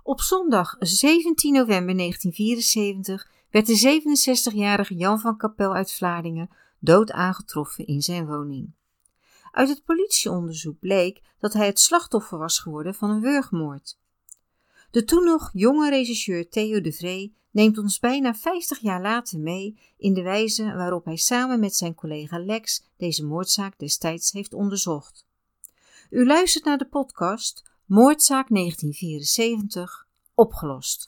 Op zondag 17 november 1974 werd de 67-jarige Jan van Kapel uit Vlaardingen dood aangetroffen in zijn woning. Uit het politieonderzoek bleek dat hij het slachtoffer was geworden van een wurgmoord. De toen nog jonge regisseur Theo de Vree neemt ons bijna 50 jaar later mee in de wijze waarop hij samen met zijn collega Lex deze moordzaak destijds heeft onderzocht. U luistert naar de podcast Moordzaak 1974, opgelost.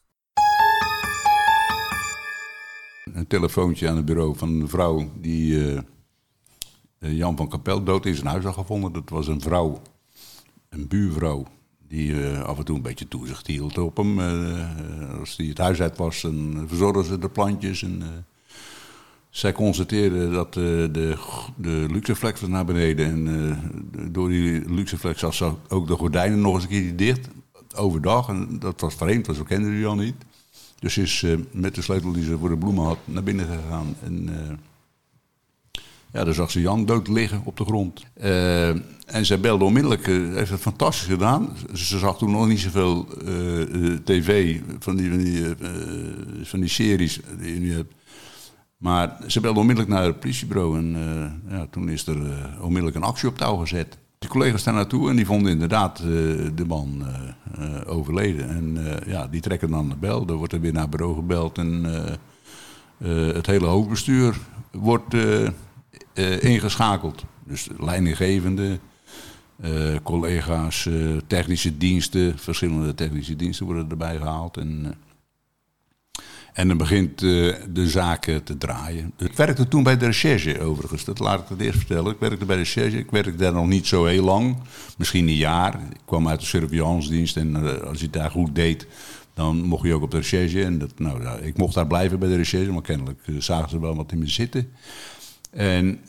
Een telefoontje aan het bureau van een vrouw die Jan van Kapel dood in zijn huis had gevonden. Dat was een vrouw, een buurvrouw, die af en toe een beetje toezicht hield op hem. Als hij het huis uit was, dan verzorgde ze de plantjes. En, zij constateerde dat de luxeflex was naar beneden. En door die luxeflex zag ze ook de gordijnen nog eens een keer dicht. Overdag. En dat was vreemd, want zo kende ze Jan niet. Dus ze is met de sleutel die ze voor de bloemen had naar binnen gegaan. En daar zag ze Jan dood liggen op de grond. En zij belde onmiddellijk, heeft het fantastisch gedaan. Ze zag toen nog niet zoveel tv van die series die je nu hebt. Maar ze belde onmiddellijk naar het politiebureau en toen is er onmiddellijk een actie op touw gezet. De collega's daar naartoe en die vonden inderdaad de man overleden. En die trekken dan de bel, dan wordt er weer naar het bureau gebeld en het hele hoofdbestuur wordt ingeschakeld. Dus leidinggevende, collega's, technische diensten, verschillende technische diensten worden erbij gehaald. En dan begint de zaak te draaien. Ik werkte toen bij de recherche overigens, dat laat ik het eerst vertellen. Ik werkte bij de recherche, ik werkte daar nog niet zo heel lang, misschien een jaar. Ik kwam uit de surveillancendienst en als je het daar goed deed, dan mocht je ook op de recherche. En ik mocht daar blijven bij de recherche, maar kennelijk zagen ze wel wat in me zitten. En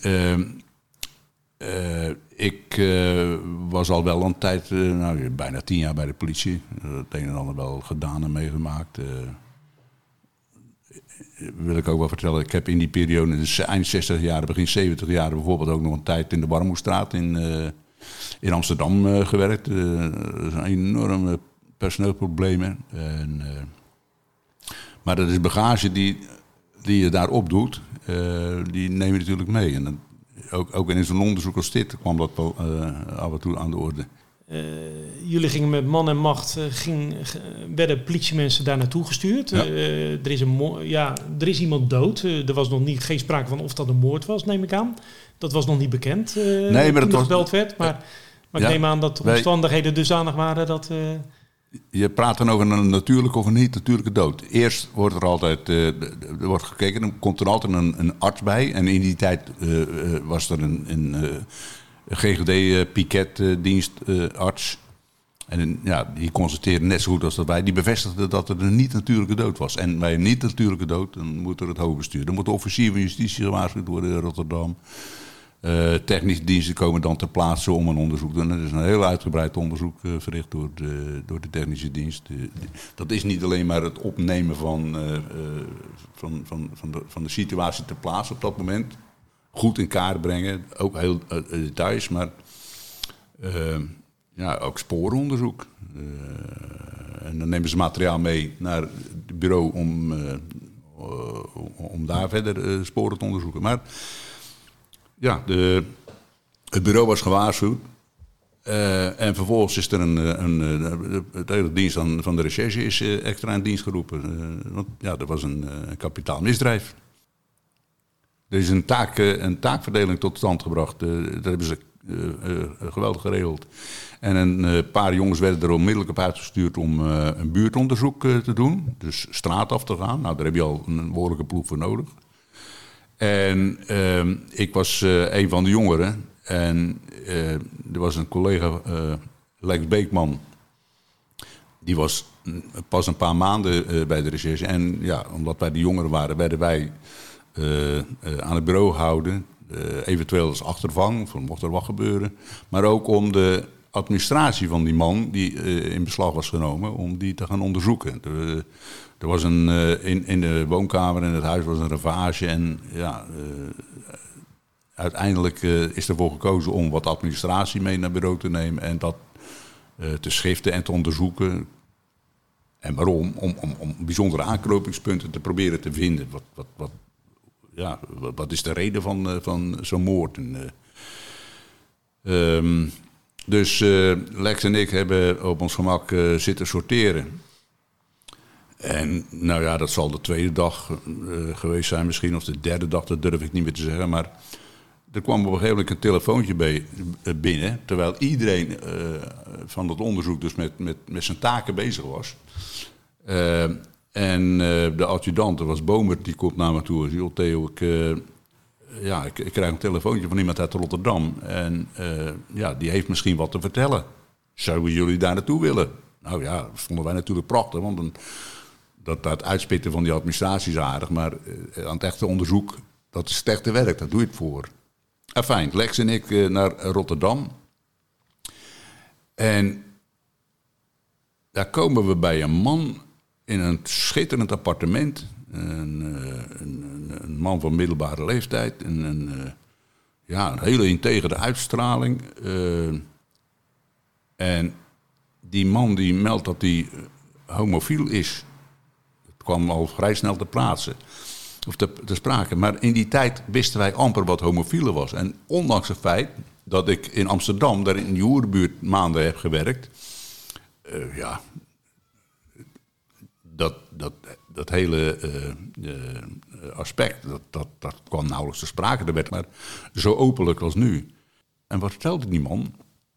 ik was al wel een tijd, bijna 10 jaar bij de politie. Het een en ander wel gedaan en meegemaakt. Wil ik ook wel vertellen, ik heb in die periode, dus eind 60 jaar, begin 70 jaar, bijvoorbeeld ook nog een tijd in de Warmoestraat in Amsterdam gewerkt. Er zijn enorme personeelsproblemen. Maar dat is bagage die je daar opdoet, die neem je natuurlijk mee. En ook in zo'n onderzoek als dit kwam dat wel af en toe aan de orde. Jullie gingen met man en macht, werden politiemensen daar naartoe gestuurd. Ja. Er is iemand dood. Er was nog geen sprake van of dat een moord was, neem ik aan. Dat was nog niet bekend nee, maar toen er gebeld werd. Maar ik neem aan dat de omstandigheden dusdanig waren dat... Je praat dan over een natuurlijke of een niet-natuurlijke dood. Eerst wordt er altijd wordt gekeken, dan komt er altijd een arts bij. En in die tijd was er een GGD-piketdienstarts. En die constateerde net zo goed als dat wij. Die bevestigde dat het een niet-natuurlijke dood was. En bij een niet-natuurlijke dood, dan moet er het hoofdbestuur. Dan moet de officier van justitie gewaarschuwd worden in Rotterdam. Technische diensten komen dan ter plaatse om een onderzoek te doen. Er is een heel uitgebreid onderzoek verricht door de technische dienst. Dat is niet alleen maar het opnemen van de situatie ter plaatse op dat moment. Goed in kaart brengen, ook heel details, maar ook sporenonderzoek. En dan nemen ze materiaal mee naar het bureau om daar verder sporen te onderzoeken. Maar het bureau was gewaarschuwd. En vervolgens is er het hele dienst van de recherche is extra in dienst geroepen. Want er was een kapitaal misdrijf. Er is een taakverdeling tot stand gebracht. Dat hebben ze geweldig geregeld. En een paar jongens werden er onmiddellijk op uitgestuurd om een buurtonderzoek te doen. Dus straat af te gaan. Nou, daar heb je al een behoorlijke ploeg voor nodig. En ik was een van de jongeren. En er was een collega, Lex Beekman. Die was pas een paar maanden bij de recherche. En omdat wij de jongeren waren, werden wij aan het bureau gehouden. Eventueel als achtervang, mocht er wat gebeuren. Maar ook om de administratie van die man die in beslag was genomen, om die te gaan onderzoeken. Er was in de woonkamer in het huis was een ravage en uiteindelijk is ervoor gekozen om wat administratie mee naar bureau te nemen en dat te schiften en te onderzoeken. En waarom? Om bijzondere aanknopingspunten te proberen te vinden. Wat is de reden van zo'n moord? Dus Lex en ik hebben op ons gemak zitten sorteren. En nou ja, dat zal de tweede dag geweest zijn misschien, of de derde dag, dat durf ik niet meer te zeggen. Maar er kwam op een gegeven moment een telefoontje binnen, terwijl iedereen van het onderzoek dus met zijn taken bezig was. En de adjudant, dat was Bomer, die komt naar me toe en zei: Theo, ik krijg een telefoontje van iemand uit Rotterdam. En die heeft misschien wat te vertellen. Zouden jullie daar naartoe willen? Nou ja, dat vonden wij natuurlijk prachtig, want dat uitspitten van die administratie is aardig, maar aan het echte onderzoek, dat is het echte werk, daar doe je het voor. Fijn, Lex en ik naar Rotterdam. En daar komen we bij een man in een schitterend appartement. Een man van middelbare leeftijd. Een hele integere uitstraling. En die man die meldt dat hij homofiel is. Het kwam al vrij snel te plaatsen. Of te sprake. Maar in die tijd wisten wij amper wat homofiele was. En ondanks het feit dat ik in Amsterdam, daar in die hoerenbuurt, maanden heb gewerkt. Dat hele aspect, dat kwam nauwelijks te sprake. Dat werd maar zo openlijk als nu. En wat vertelde die man?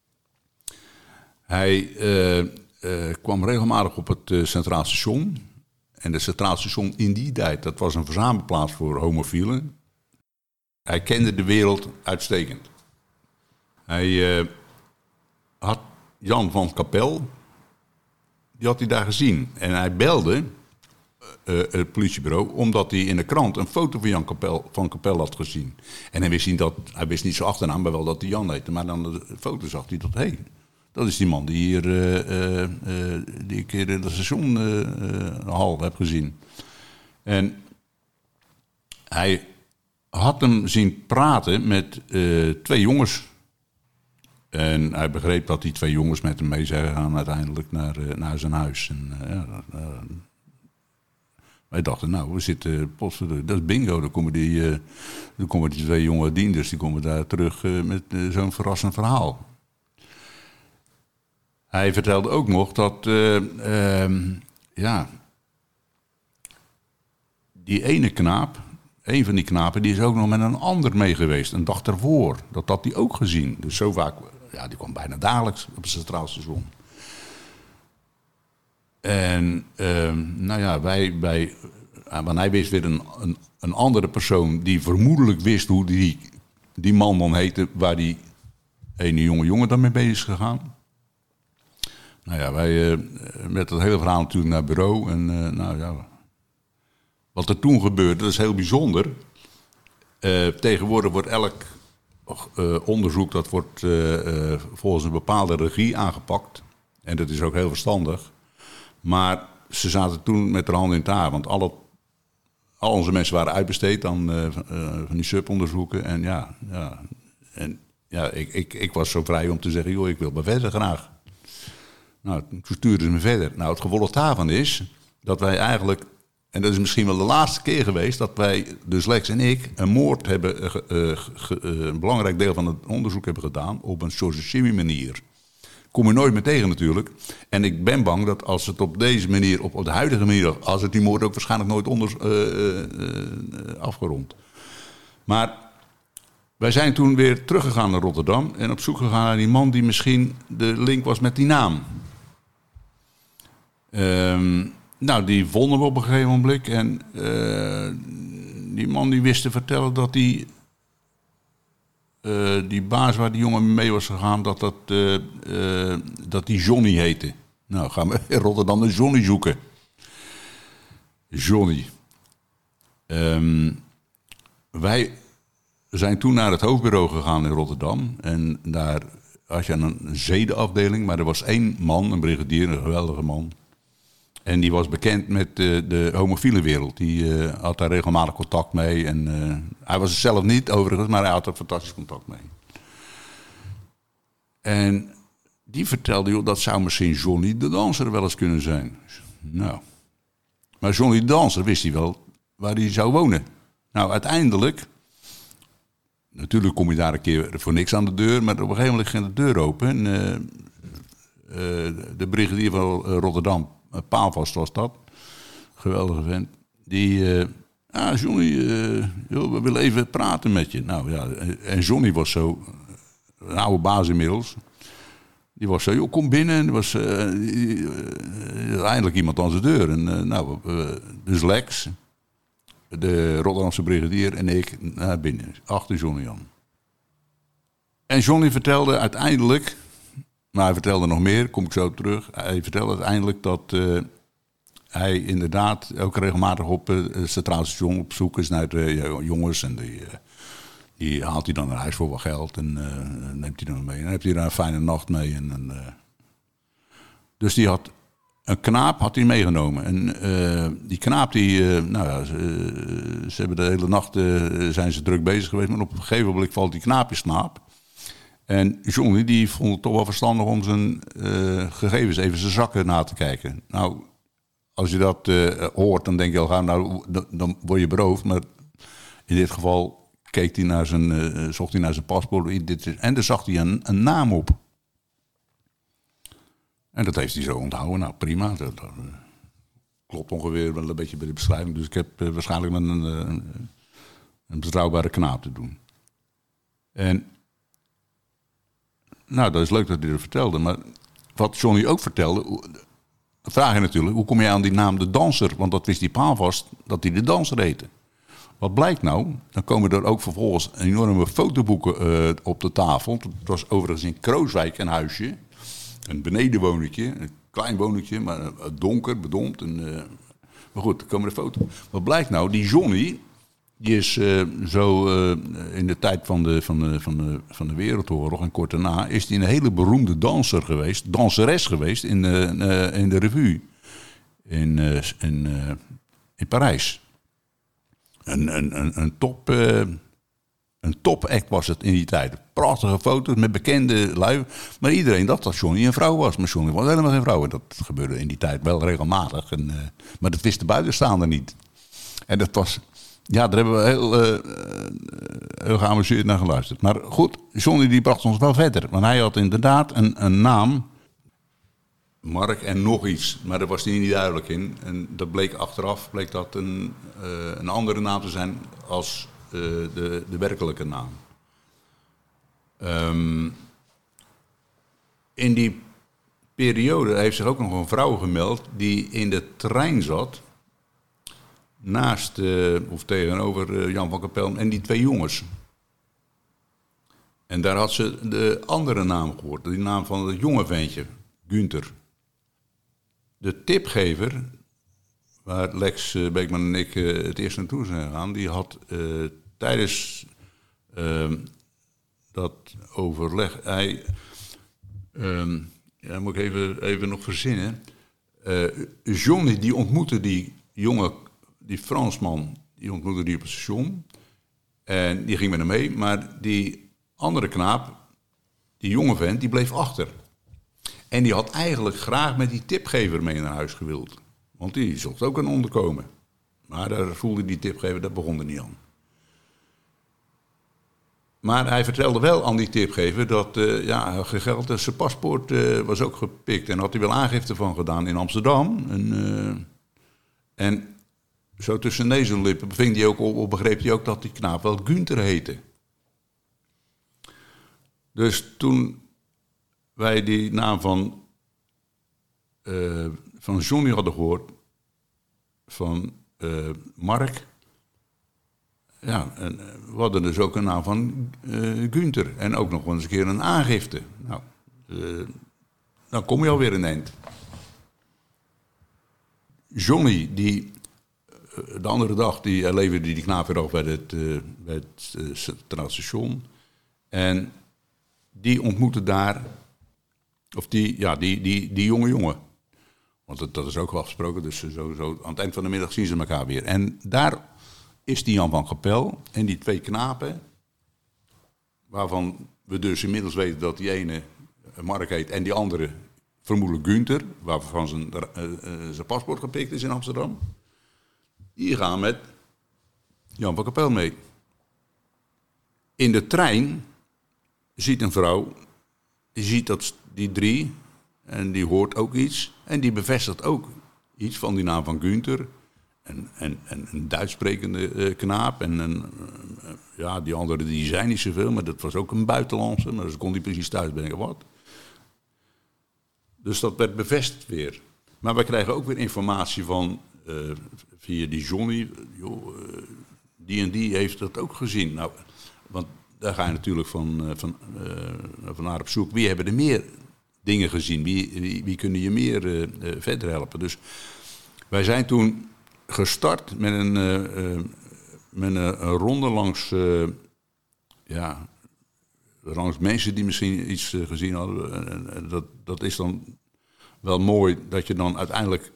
Hij kwam regelmatig op het Centraal Station. En het Centraal Station in die tijd, dat was een verzamelplaats voor homofielen. Hij kende de wereld uitstekend. Hij had Jan van Kapel, die had hij daar gezien. En hij belde het politiebureau, omdat hij in de krant een foto van Kapel had gezien. En hij wist niet zijn achternaam, maar wel dat hij Jan heette. Maar dan de foto zag hij dat, dat is die man die hier die ik hier in de stationhal heb gezien. En hij had hem zien praten met 2 jongens. En hij begreep dat die 2 jongens met hem mee zijn gegaan uiteindelijk naar zijn huis. En wij dachten, nou, we zitten dat is bingo. Dan komen die 2 jonge dienders, die komen daar terug met zo'n verrassend verhaal. Hij vertelde ook nog dat die ene knaap, een van die knapen, die is ook nog met een ander mee geweest. Een dag ervoor. Dat had hij ook gezien. Dus zo vaak, die kwam bijna dagelijks op het Centraal Station. En want hij wist weer een andere persoon die vermoedelijk wist hoe die man dan heette, waar die ene jonge jongen dan mee bezig is gegaan. Nou ja, wij met het hele verhaal natuurlijk naar het bureau. En wat er toen gebeurde, dat is heel bijzonder. Tegenwoordig wordt elk onderzoek, dat wordt volgens een bepaalde regie aangepakt. En dat is ook heel verstandig. Maar ze zaten toen met de handen in het haar. Want al onze mensen waren uitbesteed aan van die subonderzoeken. En ik was zo vrij om te zeggen, joh, ik wil maar verder graag. Nou, toen stuurden ze me verder. Nou, het gevolg daarvan is dat wij eigenlijk, en dat is misschien wel de laatste keer geweest, dat wij, dus Lex en ik, een moord hebben, een belangrijk deel van het onderzoek hebben gedaan op een Sosashimi manier. Kom je nooit meer tegen natuurlijk. En ik ben bang dat als het op deze manier, op de huidige manier, als het die moord ook waarschijnlijk nooit afgerond. Maar wij zijn toen weer teruggegaan naar Rotterdam en op zoek gegaan naar die man die misschien de link was met die naam. Die vonden we op een gegeven moment. En die man die wist te vertellen dat die baas waar die jongen mee was gegaan, dat die Johnny heette. Nou, gaan we in Rotterdam een Johnny zoeken. Johnny. Wij zijn toen naar het hoofdbureau gegaan in Rotterdam. En daar had je een zedenafdeling, maar er was 1 man, een brigadier, een geweldige man. En die was bekend met de homofiele wereld. Die had daar regelmatig contact mee. En hij was het zelf niet overigens, maar hij had er fantastisch contact mee. En die vertelde, joh, dat zou misschien Johnny de Danser wel eens kunnen zijn. Nou. Maar Johnny de Danser wist hij wel waar hij zou wonen. Nou, uiteindelijk... Natuurlijk kom je daar een keer voor niks aan de deur, maar op een gegeven moment ging de deur open. En, de brigadier van Rotterdam, Paalvast was dat, geweldige vent. Die, Johnny, we willen even praten met je. Nou ja, en Johnny was zo, een oude baas inmiddels. Die was zo, kom binnen. En er was eindelijk iemand aan zijn deur. En dus Lex, de Rotterdamse brigadier en ik naar binnen, achter Johnny aan. En Johnny vertelde uiteindelijk, maar hij vertelde nog meer, kom ik zo op terug. Hij vertelde uiteindelijk dat hij inderdaad ook regelmatig op het Centraal Station op zoek is naar de jongens. En die haalt hij dan naar huis voor wat geld en neemt hij dan mee. En dan heeft hij daar een fijne nacht mee. Dus die had... Een knaap had hij meegenomen. En die knaap, ze hebben de hele nacht zijn ze druk bezig geweest. Maar op een gegeven moment valt die knaap in slaap. En Johnny die vond het toch wel verstandig om zijn gegevens even zijn zakken na te kijken. Nou, als je dat hoort, dan denk je al gauw, dan word je beroofd. Maar in dit geval keek hij naar zocht hij naar zijn paspoort. En daar zag hij een naam op. En dat heeft hij zo onthouden. Nou, prima. Dat klopt ongeveer wel een beetje bij de beschrijving. Dus ik heb waarschijnlijk met een betrouwbare knaap te doen. En nou, dat is leuk dat hij dat vertelde. Maar wat Johnny ook vertelde, dan vraag je natuurlijk, hoe kom je aan die naam de Danser? Want dat wist die Paalvast, dat hij de Danser heette. Wat blijkt nou? Dan komen er ook vervolgens enorme fotoboeken op de tafel. Het was overigens in Krooswijk een huisje. Een benedenwoningje, een klein woningje, maar donker, bedompt. Maar goed, er komen de foto's. Wat blijkt nou? Die Johnny, die is in de tijd van de Wereldoorlog en kort daarna, is die een hele beroemde danseres geweest in de revue in Parijs. Een top-act was het in die tijd. Prachtige foto's met bekende lui. Maar iedereen dacht dat Johnny een vrouw was. Maar Johnny was helemaal geen vrouw. En dat gebeurde in die tijd wel regelmatig. Maar dat wist de buitenstaander niet. En dat was... Ja, daar hebben we heel geamuseerd naar geluisterd. Maar goed, Johnny die bracht ons wel verder. Want hij had inderdaad een naam. Mark en nog iets. Maar daar was hij niet duidelijk in. En dat bleek achteraf dat een andere naam te zijn als... de werkelijke naam. In die periode heeft zich ook nog een vrouw gemeld die in de trein zat naast of tegenover Jan van Kapel en die 2 jongens. En daar had ze de andere naam gehoord, die naam van het jonge ventje, Günther. De tipgever, waar Lex Beekman en ik het eerst naartoe zijn gegaan, die had tijdens dat overleg, moet ik even nog verzinnen. Johnny die ontmoette die Fransman, die ontmoette die op het station. En die ging met hem mee, maar die andere knaap, die jonge vent, die bleef achter. En die had eigenlijk graag met die tipgever mee naar huis gewild. Want die zocht ook een onderkomen. Maar daar voelde die tipgever, dat begon er niet aan. Maar hij vertelde wel aan die tipgever dat geld, zijn paspoort was ook gepikt. En had hij wel aangifte van gedaan in Amsterdam. En zo tussen neus en lippen begreep hij ook dat die knaap wel Günther heette. Dus toen wij die naam van Johnny hadden gehoord, van Mark. Ja, en we hadden dus ook een naam van Günther. En ook nog eens een keer een aangifte. Nou, dan kom je alweer een eind. Johnny, die de andere dag, die leverde die knaap weer af bij het Centraal Station. En die ontmoette daar, of die jonge jongen. Want dat is ook wel afgesproken, dus zo aan het eind van de middag zien ze elkaar weer. En daar is die Jan van Kapel en die 2 knapen, waarvan we dus inmiddels weten dat die ene Mark heet en die andere vermoedelijk Günther, waarvan zijn paspoort gepikt is in Amsterdam. Die gaan met Jan van Kapel mee. In de trein ziet een vrouw, die ziet die 3 en die hoort ook iets. En die bevestigt ook iets van die naam van Günther. En een Duits sprekende knaap. En die anderen die zijn niet zoveel, maar dat was ook een buitenlandse. Maar ze kon niet precies thuis brengen wat. Dus dat werd bevestigd weer. Maar we krijgen ook weer informatie van, via die Johnny, die en die heeft dat ook gezien. Nou, want daar ga je natuurlijk van naar op zoek. Wie hebben er meer dingen gezien? Wie kunnen je meer verder helpen? Dus wij zijn toen gestart met een ronde langs mensen die misschien iets gezien hadden. Dat is dan wel mooi dat je dan uiteindelijk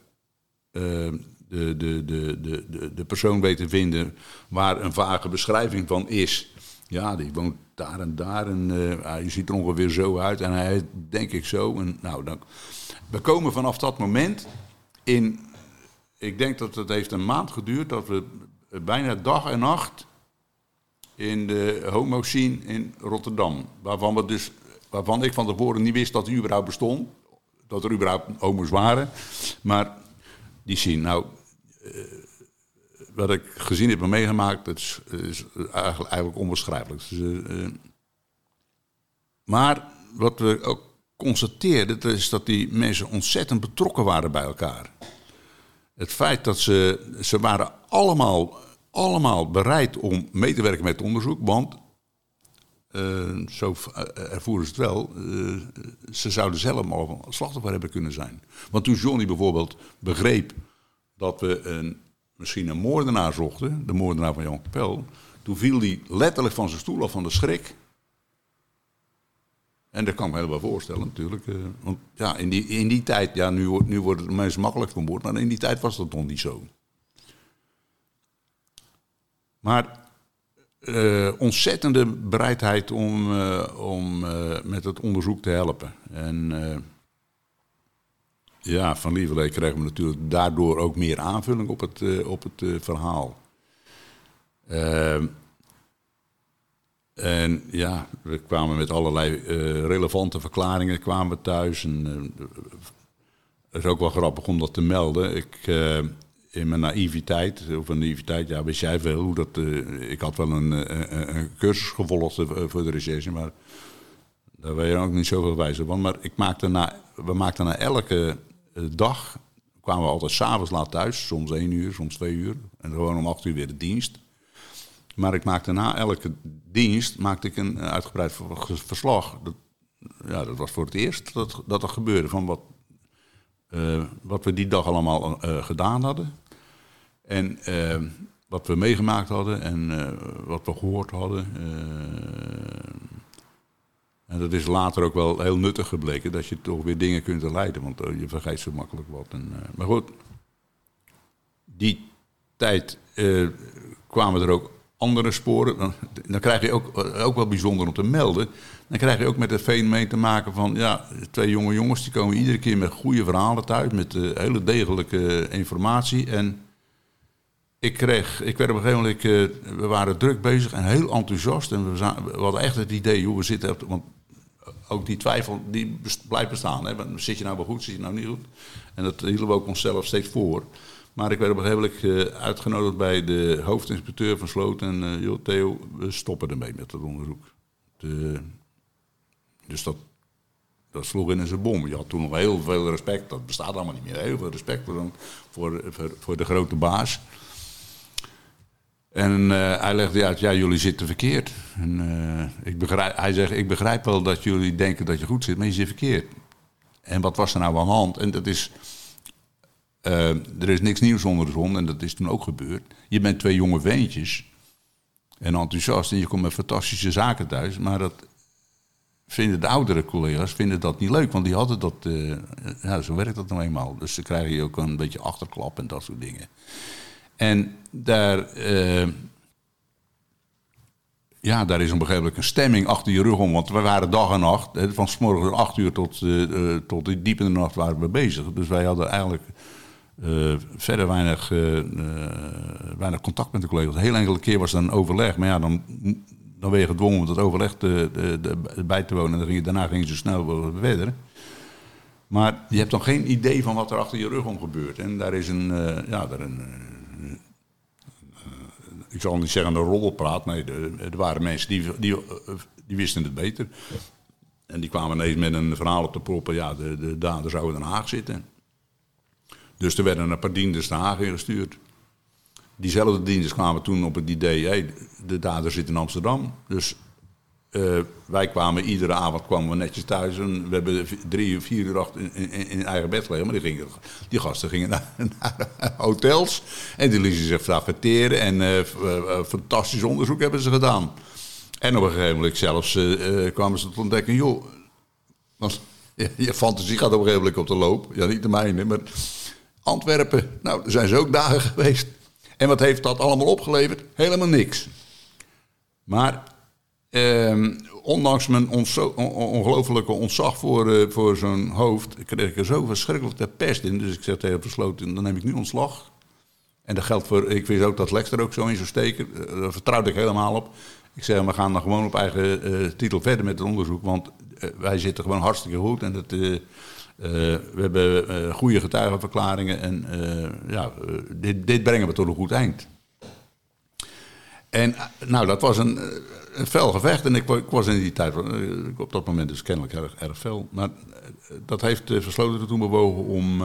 de persoon weet te vinden waar een vage beschrijving van is. Ja, die woont daar en daar en hij ziet er ongeveer zo uit en hij heet denk ik zo. En, we komen vanaf dat moment in, ik denk dat het heeft een maand geduurd, dat we bijna dag en nacht in de homo-scene in Rotterdam. Waarvan ik van tevoren niet wist dat die überhaupt bestond. Dat er überhaupt homo's waren. Maar die scene, wat ik gezien heb en meegemaakt, dat is eigenlijk onbeschrijfelijk. Dus, maar wat we ook constateerden, is dat die mensen ontzettend betrokken waren bij elkaar. Het feit dat ze waren allemaal bereid om mee te werken met het onderzoek, want zo ervoeren ze het wel, ze zouden zelf al slachtoffer hebben kunnen zijn. Want toen Johnny bijvoorbeeld begreep dat we misschien een moordenaar zochten, de moordenaar van Jan Kapel, toen viel hij letterlijk van zijn stoel af van de schrik. En dat kan ik me helemaal voorstellen natuurlijk. Want ja, in die tijd, ja, nu wordt het mensen makkelijk vermoord, maar in die tijd was dat nog niet zo. Maar ontzettende bereidheid om met het onderzoek te helpen. En van Lieverlee kregen we natuurlijk daardoor ook meer aanvulling op het verhaal. En ja, we kwamen met allerlei relevante verklaringen kwamen we thuis. En, het is ook wel grappig om dat te melden. In mijn naïviteit, ja, wist jij veel hoe dat. Ik had wel een cursus gevolgd voor de recherche, maar daar ben je ook niet zoveel wijzer van. Maar we maakten na elke dag, kwamen we altijd 's avonds laat thuis, soms 1 uur, soms 2 uur. En gewoon om 8 uur weer de dienst. Maar ik maakte na elke dienst een uitgebreid verslag. Dat was voor het eerst dat er gebeurde van wat we die dag allemaal gedaan hadden. En wat we meegemaakt hadden en wat we gehoord hadden. En dat is later ook wel heel nuttig gebleken, dat je toch weer dingen kunt herleiden, want je vergeet zo makkelijk wat. Maar goed, die tijd kwamen er ook andere sporen. Dan krijg je ook wel bijzonder om te melden. Dan krijg je ook met het fenomeen te maken van, ja, 2 jonge jongens die komen iedere keer met goede verhalen thuis, met hele degelijke informatie. En ik werd op een gegeven moment, we waren druk bezig en heel enthousiast. En we hadden echt het idee, joh, we zitten, want ook die twijfel, die blijft bestaan. Hè? Zit je nou wel goed, zit je nou niet goed? En dat hielden we ook onszelf steeds voor. Maar ik werd op een gegeven moment uitgenodigd bij de hoofdinspecteur van Sloot. En joh, Theo, we stoppen ermee met dat onderzoek. Dus dat sloeg in zijn bom. Je had toen nog heel veel respect, dat bestaat allemaal niet meer. Heel veel respect voor de grote baas. En hij legde uit, ja, jullie zitten verkeerd. En, hij zegt, ik begrijp wel dat jullie denken dat je goed zit, maar je zit verkeerd. En wat was er nou aan de hand? En dat is, er is niks nieuws onder de zon en dat is toen ook gebeurd. Je bent 2 jonge ventjes en enthousiast en je komt met fantastische zaken thuis. Maar dat vinden de oudere collega's dat niet leuk, want die hadden dat, zo werkt dat nou eenmaal. Dus dan krijg je ook een beetje achterklap en dat soort dingen. En daar, ja, daar is op een gegeven moment een stemming achter je rug om. Want we waren dag en nacht, van 's morgens 8 uur tot diep in de nacht waren we bezig. Dus wij hadden eigenlijk verder weinig contact met de collega's. Heel enkele keer was er een overleg. Maar ja, dan ben je gedwongen om dat overleg bij te wonen. En daarna ging je zo snel mogelijk verder. Maar je hebt dan geen idee van wat er achter je rug om gebeurt. En daar is ik zal niet zeggen een roddelpraat. Nee, er waren mensen die wisten het beter. En die kwamen ineens met een verhaal op de proppen. Ja, de dader zou in Den Haag zitten. Dus er werden een paar dienders naar Haag ingestuurd. Diezelfde dienders kwamen toen op het idee, hey, de dader zit in Amsterdam. Dus wij kwamen iedere avond netjes thuis. En we hebben 3 of 4 uur in eigen bed gelegen. Maar die gasten gingen naar hotels. En die lieten zich fotograferen. En fantastisch onderzoek hebben ze gedaan. En op een gegeven moment zelfs kwamen ze tot ontdekken, joh, je fantasie gaat op een gegeven moment op de loop. Ja, niet de mijne, maar Antwerpen. Nou, daar zijn ze ook dagen geweest. En wat heeft dat allemaal opgeleverd? Helemaal niks. Maar ondanks mijn ongelofelijke ontzag voor zo'n hoofd, kreeg ik er zo verschrikkelijk de pest in. Dus ik zeg tegen besloten, dan neem ik nu ontslag. En dat geldt voor, ik wist ook dat Lex er ook zo in zou steken. Daar vertrouwde ik helemaal op. Ik zeg, we gaan dan gewoon op eigen titel verder met het onderzoek. Want wij zitten gewoon hartstikke goed. En we hebben goede getuigenverklaringen. En dit brengen we tot een goed eind. En nou, dat was een fel gevecht. En ik was in die tijd, op dat moment dus kennelijk erg fel. Maar dat heeft Versloten er toen bewogen om,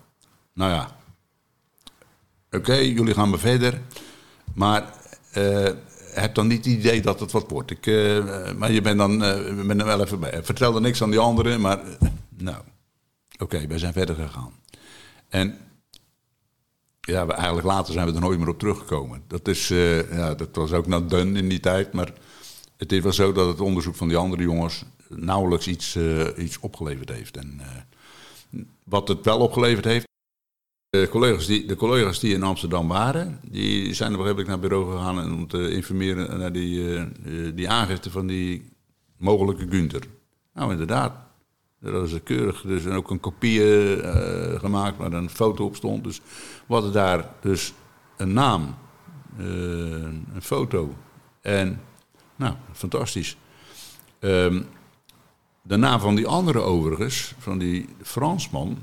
oké, jullie gaan maar verder. Maar heb dan niet het idee dat het wat wordt. Maar je bent dan wel even bij. Vertel er niks aan die anderen, maar oké, wij zijn verder gegaan. En ja, eigenlijk later zijn we er nooit meer op teruggekomen. Dat was ook not done in die tijd, maar het is wel zo dat het onderzoek van die andere jongens nauwelijks iets opgeleverd heeft. En wat het wel opgeleverd heeft, de collega's die in Amsterdam waren, die zijn op een gegeven moment naar het bureau gegaan om te informeren naar die aangifte van die mogelijke Günther. Nou, inderdaad. Dat is keurig. Dus ook een kopie gemaakt waar een foto op stond. Dus we hadden daar dus een naam, een foto. En, nou, fantastisch. De naam van die andere overigens, van die Fransman.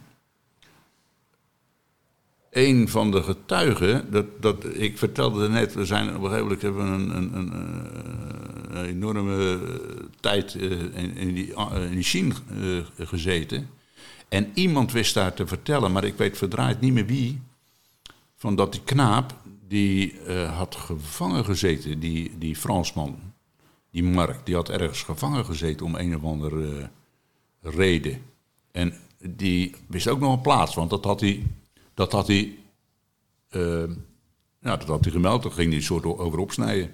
Een van de getuigen, ik vertelde net, we zijn op een gegeven moment hebben een enorme tijd in die Chine gezeten. En iemand wist daar te vertellen, maar ik weet verdraaid niet meer wie, van dat die knaap, die had gevangen gezeten, die Fransman, die Mark, die had ergens gevangen gezeten om een of andere reden. En die wist ook nog een plaats, want dat had hij gemeld, daar ging hij een soort over opsnijden.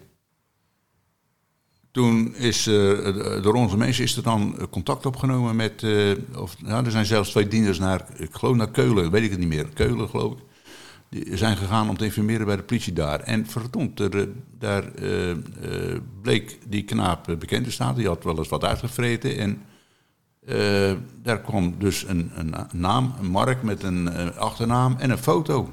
Toen is door onze mensen is er dan contact opgenomen met, er zijn zelfs 2 dienders ik geloof naar Keulen, weet ik het niet meer, Keulen geloof ik. Die zijn gegaan om te informeren bij de politie daar. En verdomd, daar bleek die knaap bekend te staan, die had wel eens wat uitgevreten en daar kwam dus een naam, een Mark met een achternaam en een foto.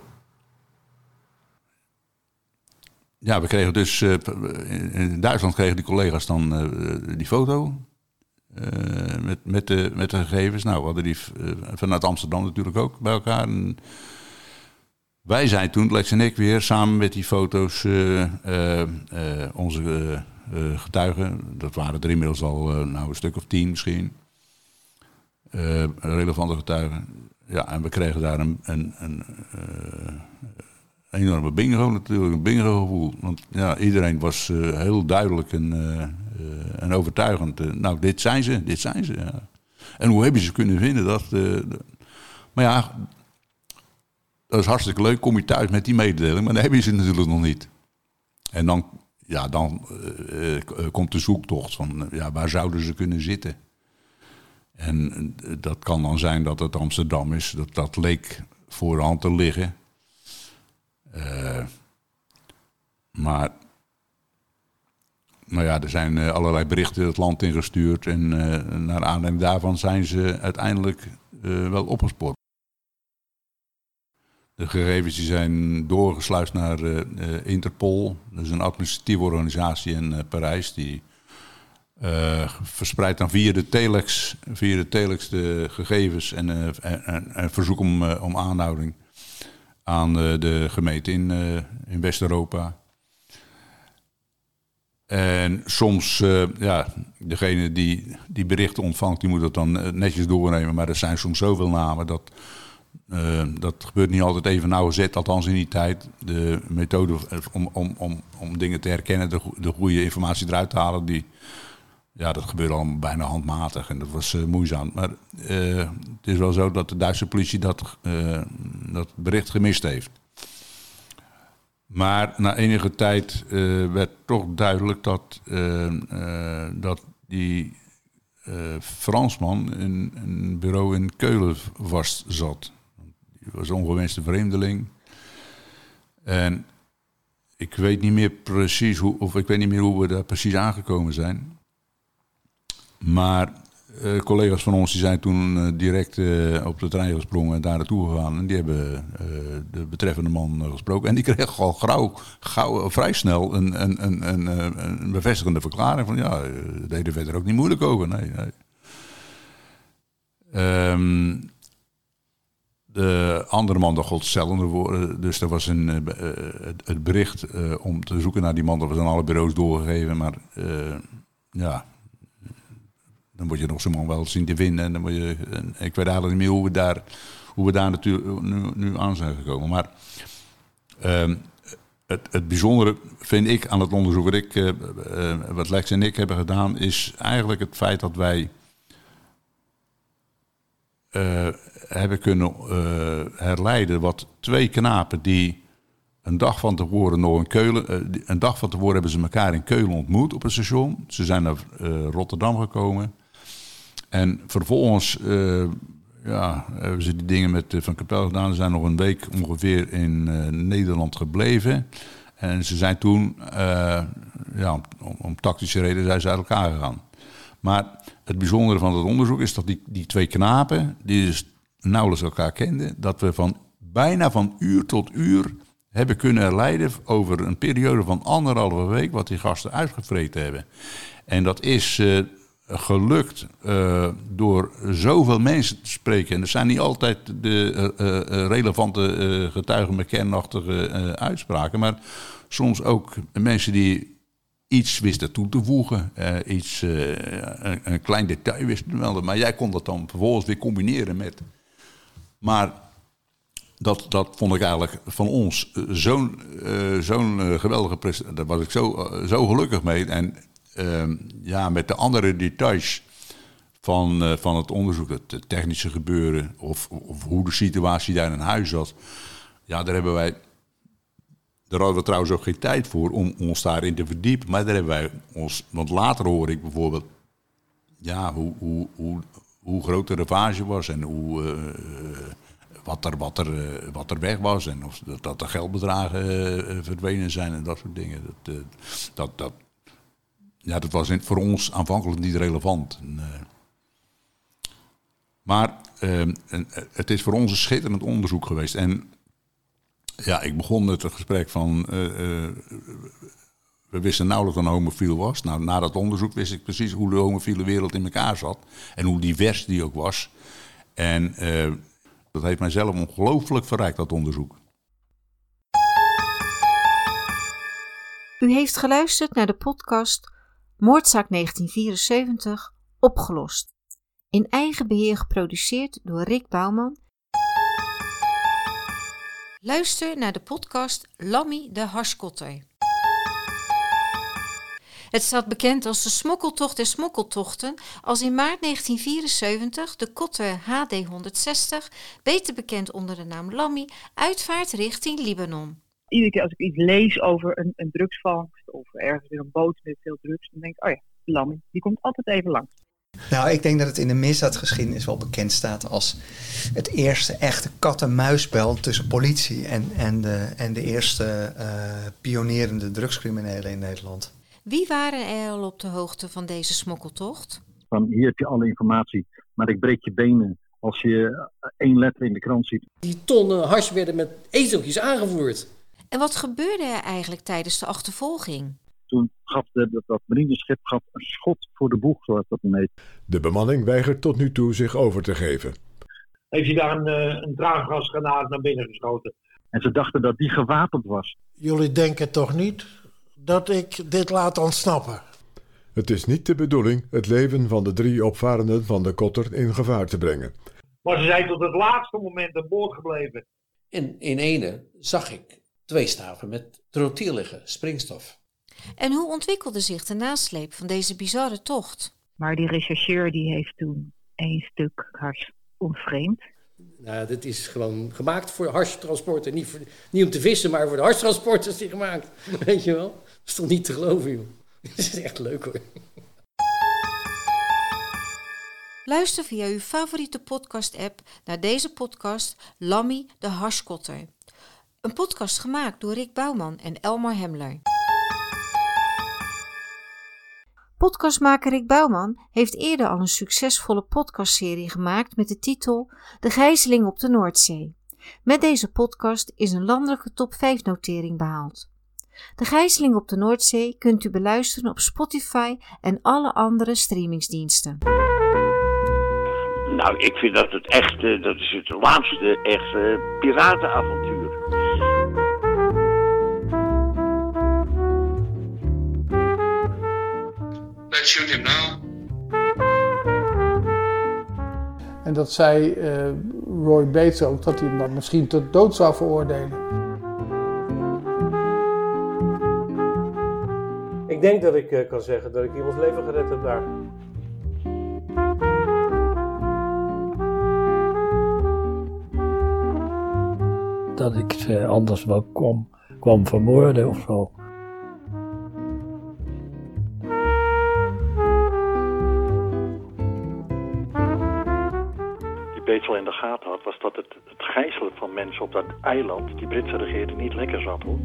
Ja, we kregen dus, in Duitsland kregen die collega's dan die foto met de gegevens. Nou, we hadden die vanuit Amsterdam natuurlijk ook bij elkaar. En wij zijn toen, Lex en ik weer, samen met die foto's onze getuigen, dat waren er inmiddels al een stuk of 10 misschien, relevante getuigen. Ja, en we kregen daar een enorme bingo natuurlijk, een bingo gevoel. Want ja, iedereen was heel duidelijk en overtuigend. Nou, dit zijn ze. Ja. En hoe hebben ze kunnen vinden? Maar ja, dat is hartstikke leuk. Kom je thuis met die mededeling, maar dan heb je ze natuurlijk nog niet. En dan komt de zoektocht van, waar zouden ze kunnen zitten? En dat kan dan zijn dat het Amsterdam is. Dat leek voor de hand te liggen. Maar Nou ja, er zijn allerlei berichten het land ingestuurd. En naar aanleiding daarvan zijn ze uiteindelijk wel opgespoord. De gegevens die zijn doorgesluist naar Interpol. Dat is een administratieve organisatie in Parijs. Die verspreidt dan via de telex de gegevens en verzoek om aanhouding aan de gemeente in West-Europa. En soms, degene die berichten ontvangt, die moet dat dan netjes doornemen. Maar er zijn soms zoveel namen dat gebeurt niet altijd even nauwgezet, althans in die tijd. De methode om dingen te herkennen, de goede informatie eruit te halen, dat gebeurde allemaal bijna handmatig en dat was moeizaam. Maar het is wel zo dat de Duitse politie dat bericht gemist heeft. Maar na enige tijd werd toch duidelijk dat die Fransman in een bureau in Keulen vast zat. Die was een ongewenste vreemdeling. En ik weet niet meer precies hoe we daar precies aangekomen zijn. Maar collega's van ons die zijn toen direct op de trein gesprongen en daar naartoe gegaan. En die hebben de betreffende man gesproken. En die kreeg al gauw vrij snel een bevestigende verklaring van dat deed er verder ook niet moeilijk over. Nee. De andere man, dat gold hetzelfde woorden. Dus er was het bericht om te zoeken naar die man. Dat was aan alle bureaus doorgegeven. Maar dan word je nog zo'n man wel zien te vinden. En dan ik weet eigenlijk niet meer hoe we daar natuurlijk nu aan zijn gekomen. Maar het bijzondere vind ik aan het onderzoek wat Lex en ik hebben gedaan, is eigenlijk het feit dat wij hebben kunnen herleiden wat twee knapen die een dag van tevoren hebben ze elkaar in Keulen ontmoet op een station. Ze zijn naar Rotterdam gekomen. En vervolgens hebben ze die dingen met Van Kapel gedaan. Ze zijn nog een week ongeveer in Nederland gebleven. En ze zijn toen, om tactische redenen, zijn ze uit elkaar gegaan. Maar het bijzondere van het onderzoek is dat die twee knapen, die dus nauwelijks elkaar kenden, dat we bijna van uur tot uur hebben kunnen herleiden over een periode van 1,5 week wat die gasten uitgevreten hebben. En dat is gelukt door zoveel mensen te spreken. En er zijn niet altijd de relevante getuigen met kernachtige uitspraken, maar soms ook mensen die iets wisten toe te voegen, een klein detail wisten te melden. Maar jij kon dat dan vervolgens weer combineren met. Maar dat vond ik eigenlijk van ons zo'n geweldige prestatie. Daar was ik zo gelukkig mee. En met de andere details van het onderzoek, het technische gebeuren of hoe de situatie daar in huis zat. Ja, daar hadden we trouwens ook geen tijd voor om ons daarin te verdiepen. Maar daar hebben wij ons, want later hoor ik bijvoorbeeld hoe groot de ravage was en wat er weg was en of dat er geldbedragen verdwenen zijn en dat soort dingen. Dat was voor ons aanvankelijk niet relevant. Maar het is voor ons een schitterend onderzoek geweest. En ja, ik begon met het gesprek van we wisten nauwelijks wat een homofiel was. Nou, na dat onderzoek wist ik precies hoe de homofiele wereld in elkaar zat. En hoe divers die ook was. En dat heeft mijzelf ongelooflijk verrijkt, dat onderzoek. U heeft geluisterd naar de podcast Moordzaak 1974, opgelost. In eigen beheer geproduceerd door Rick Bouwman. Luister naar de podcast Lammy de Harskotter. Het staat bekend als de smokkeltocht der smokkeltochten als in maart 1974 de Kotter HD 160, beter bekend onder de naam Lammy, uitvaart richting Libanon. Iedere keer als ik iets lees over een drugsvangst of ergens weer een boot met veel drugs, dan denk ik, Lammy, die komt altijd even langs. Nou, ik denk dat het in de misdaadgeschiedenis wel bekend staat als het eerste echte kat-en-muisspel tussen politie en de eerste pionierende drugscriminelen in Nederland. Wie waren er al op de hoogte van deze smokkeltocht? Van hier heb je alle informatie, maar ik breek je benen als je 1 letter in de krant ziet. Die tonnen hash werden met ezeltjes aangevoerd. En wat gebeurde er eigenlijk tijdens de achtervolging? Toen gaf dat marineschip een schot voor de boeg, zoals dat dan heet. De bemanning weigert tot nu toe zich over te geven. Heeft hij daar een traangasgranaat naar binnen geschoten. En ze dachten dat die gewapend was. Jullie denken toch niet dat ik dit laat ontsnappen? Het is niet de bedoeling het leven van de 3 opvarenden van de Kotter in gevaar te brengen. Maar ze zijn tot het laatste moment aan boord gebleven. En in ene zag ik 2 staven met trotiel liggen, springstof. En hoe ontwikkelde zich de nasleep van deze bizarre tocht? Maar die rechercheur die heeft toen 1 stuk hars ontvreemd. Nou, dit is gewoon gemaakt voor harstransporten. Niet om te vissen, maar voor de harstransport is die gemaakt. Weet je wel? Dat is toch niet te geloven, joh. Dit is echt leuk, hoor. Luister via uw favoriete podcast-app naar deze podcast Lammy de Harskotter. Een podcast gemaakt door Rick Bouwman en Elmar Hemler. Podcastmaker Rick Bouwman heeft eerder al een succesvolle podcastserie gemaakt met de titel De Gijzeling op de Noordzee. Met deze podcast is een landelijke top 5 notering behaald. De Gijzeling op de Noordzee kunt u beluisteren op Spotify en alle andere streamingsdiensten. Nou, ik vind dat dat is het laatste echte piratenavontuur. Let's shoot him now. En dat zei Roy Bates ook, dat hij hem dan misschien tot dood zou veroordelen. Ik denk dat ik kan zeggen dat ik iemands leven gered heb daar. Dat ik ze anders wel kwam vermoorden of zo. Bates wel in de gaten had, was dat het gijzelen van mensen op dat eiland die Britse regering niet lekker zat, hoor.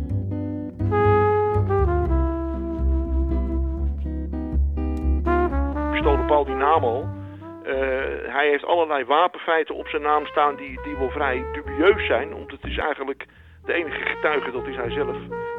Pistolen Paul die naam al. Hij heeft allerlei wapenfeiten op zijn naam staan die wel vrij dubieus zijn. Want het is eigenlijk de enige getuige, dat is hij zelf.